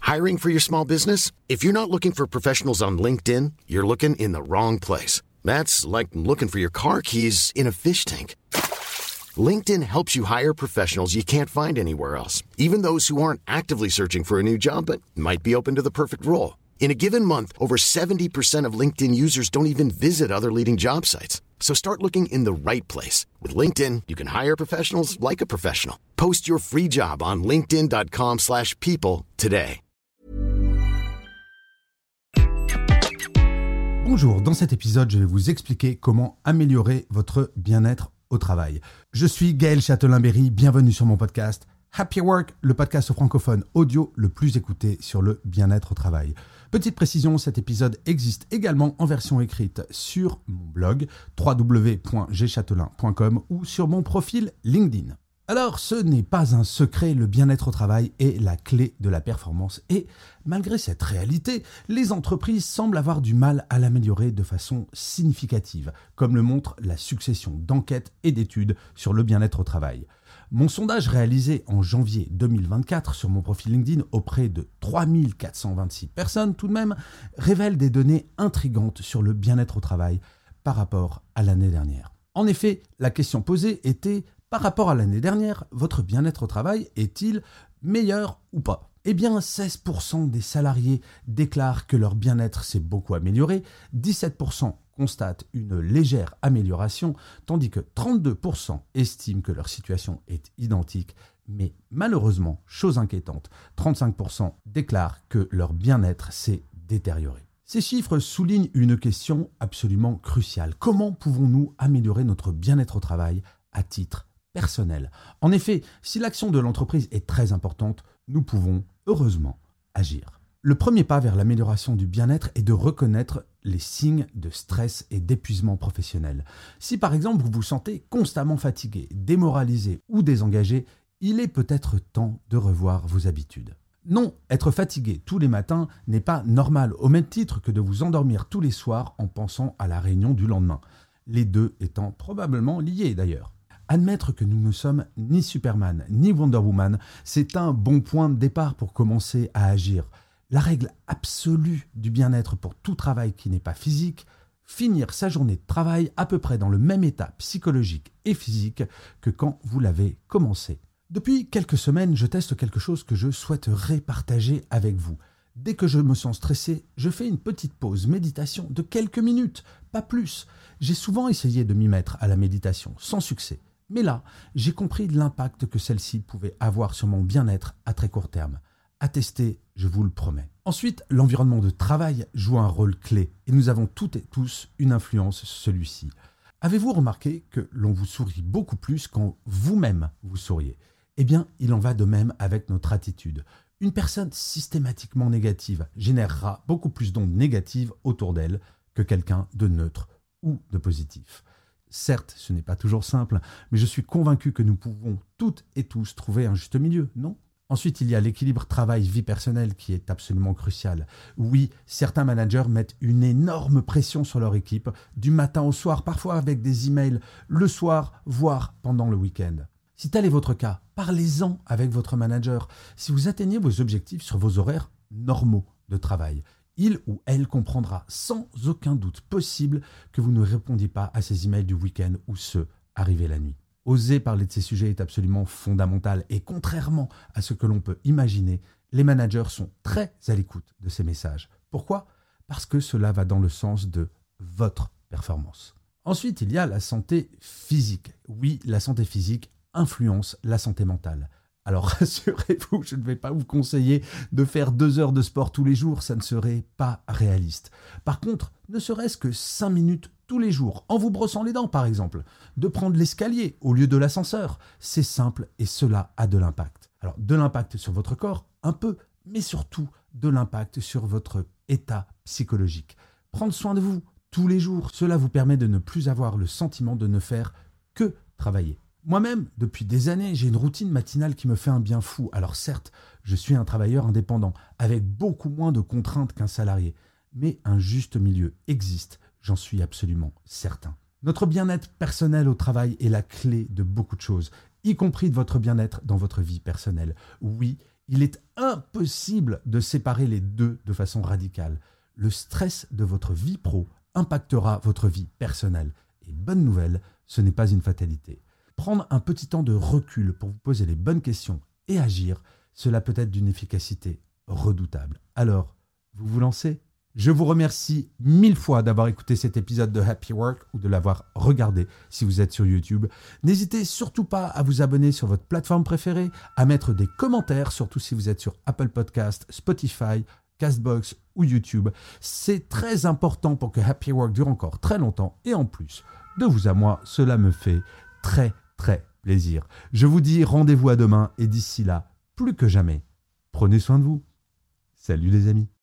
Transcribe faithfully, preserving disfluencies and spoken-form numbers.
Hiring for your small business? If you're not looking for professionals on LinkedIn, you're looking in the wrong place. That's like looking for your car keys in a fish tank. LinkedIn helps you hire professionals you can't find anywhere else, even those who aren't actively searching for a new job but might be open to the perfect role. In a given month, over seventy percent of LinkedIn users don't even visit other leading job sites. So start looking in the right place. With LinkedIn, you can hire professionals like a professional. Post your free job on linkedin.com slash people today. Bonjour, dans cet épisode, je vais vous expliquer comment améliorer votre bien-être au travail. Je suis Gaël Châtelain-Berry, bienvenue sur mon podcast Happy Work, le podcast francophone audio le plus écouté sur le bien-être au travail. Petite précision, cet épisode existe également en version écrite sur mon blog w w w point g châtelain point com ou sur mon profil LinkedIn. Alors, ce n'est pas un secret, le bien-être au travail est la clé de la performance. Et malgré cette réalité, les entreprises semblent avoir du mal à l'améliorer de façon significative, comme le montre la succession d'enquêtes et d'études sur le bien-être au travail. Mon sondage réalisé en janvier deux mille vingt-quatre sur mon profil LinkedIn auprès de trois mille quatre cent vingt-six personnes tout de même révèle des données intrigantes sur le bien-être au travail par rapport à l'année dernière. En effet, la question posée était: par rapport à l'année dernière, votre bien-être au travail est-il meilleur ou pas ? Eh bien, seize pour cent des salariés déclarent que leur bien-être s'est beaucoup amélioré, dix-sept pour cent constatent une légère amélioration, tandis que trente-deux pour cent estiment que leur situation est identique. Mais malheureusement, chose inquiétante, trente-cinq pour cent déclarent que leur bien-être s'est détérioré. Ces chiffres soulignent une question absolument cruciale. Comment pouvons-nous améliorer notre bien-être au travail à titre personnel ? En effet, si l'action de l'entreprise est très importante, nous pouvons heureusement agir. Le premier pas vers l'amélioration du bien-être est de reconnaître les signes de stress et d'épuisement professionnel. Si par exemple vous vous sentez constamment fatigué, démoralisé ou désengagé, il est peut-être temps de revoir vos habitudes. Non, être fatigué tous les matins n'est pas normal, au même titre que de vous endormir tous les soirs en pensant à la réunion du lendemain. Les deux étant probablement liés d'ailleurs. Admettre que nous ne sommes ni Superman ni Wonder Woman, c'est un bon point de départ pour commencer à agir. La règle absolue du bien-être pour tout travail qui n'est pas physique, finir sa journée de travail à peu près dans le même état psychologique et physique que quand vous l'avez commencé. Depuis quelques semaines, je teste quelque chose que je souhaiterais partager avec vous. Dès que je me sens stressé, je fais une petite pause méditation de quelques minutes, pas plus. J'ai souvent essayé de m'y mettre à la méditation, sans succès. Mais là, j'ai compris l'impact que celle-ci pouvait avoir sur mon bien-être à très court terme. À tester, je vous le promets. Ensuite, l'environnement de travail joue un rôle clé et nous avons toutes et tous une influence sur celui-ci. Avez-vous remarqué que l'on vous sourit beaucoup plus quand vous-même vous souriez ? Eh bien, il en va de même avec notre attitude. Une personne systématiquement négative générera beaucoup plus d'ondes négatives autour d'elle que quelqu'un de neutre ou de positif. Certes, ce n'est pas toujours simple, mais je suis convaincu que nous pouvons toutes et tous trouver un juste milieu, non ? Ensuite, il y a l'équilibre travail-vie personnelle qui est absolument crucial. Oui, certains managers mettent une énorme pression sur leur équipe, du matin au soir, parfois avec des emails, le soir, voire pendant le week-end. Si tel est votre cas, parlez-en avec votre manager. Si vous atteignez vos objectifs sur vos horaires normaux de travail, il ou elle comprendra sans aucun doute possible que vous ne répondiez pas à ces emails du week-end ou ceux arrivés la nuit. Oser parler de ces sujets est absolument fondamental et contrairement à ce que l'on peut imaginer, les managers sont très à l'écoute de ces messages. Pourquoi ? Parce que cela va dans le sens de votre performance. Ensuite, il y a la santé physique. Oui, la santé physique influence la santé mentale. Alors rassurez-vous, je ne vais pas vous conseiller de faire deux heures de sport tous les jours, ça ne serait pas réaliste. Par contre, ne serait-ce que cinq minutes tous les jours, en vous brossant les dents par exemple, de prendre l'escalier au lieu de l'ascenseur, c'est simple et cela a de l'impact. Alors de l'impact sur votre corps, un peu, mais surtout de l'impact sur votre état psychologique. Prendre soin de vous tous les jours, cela vous permet de ne plus avoir le sentiment de ne faire que travailler. Moi-même, depuis des années, j'ai une routine matinale qui me fait un bien fou. Alors certes, je suis un travailleur indépendant, avec beaucoup moins de contraintes qu'un salarié. Mais un juste milieu existe, j'en suis absolument certain. Notre bien-être personnel au travail est la clé de beaucoup de choses, y compris de votre bien-être dans votre vie personnelle. Oui, Il est impossible de séparer les deux de façon radicale. Le stress de votre vie pro impactera votre vie personnelle. Et bonne nouvelle, ce n'est pas une fatalité. Prendre un petit temps de recul pour vous poser les bonnes questions et agir, cela peut être d'une efficacité redoutable. Alors, vous vous lancez ? Je vous remercie mille fois d'avoir écouté cet épisode de Happy Work ou de l'avoir regardé si vous êtes sur YouTube. N'hésitez surtout pas à vous abonner sur votre plateforme préférée, à mettre des commentaires, surtout si vous êtes sur Apple Podcasts, Spotify, Castbox ou YouTube. C'est très important pour que Happy Work dure encore très longtemps et en plus, de vous à moi, cela me fait très très plaisir. Je vous dis rendez-vous à demain et d'ici là, plus que jamais, prenez soin de vous. Salut les amis.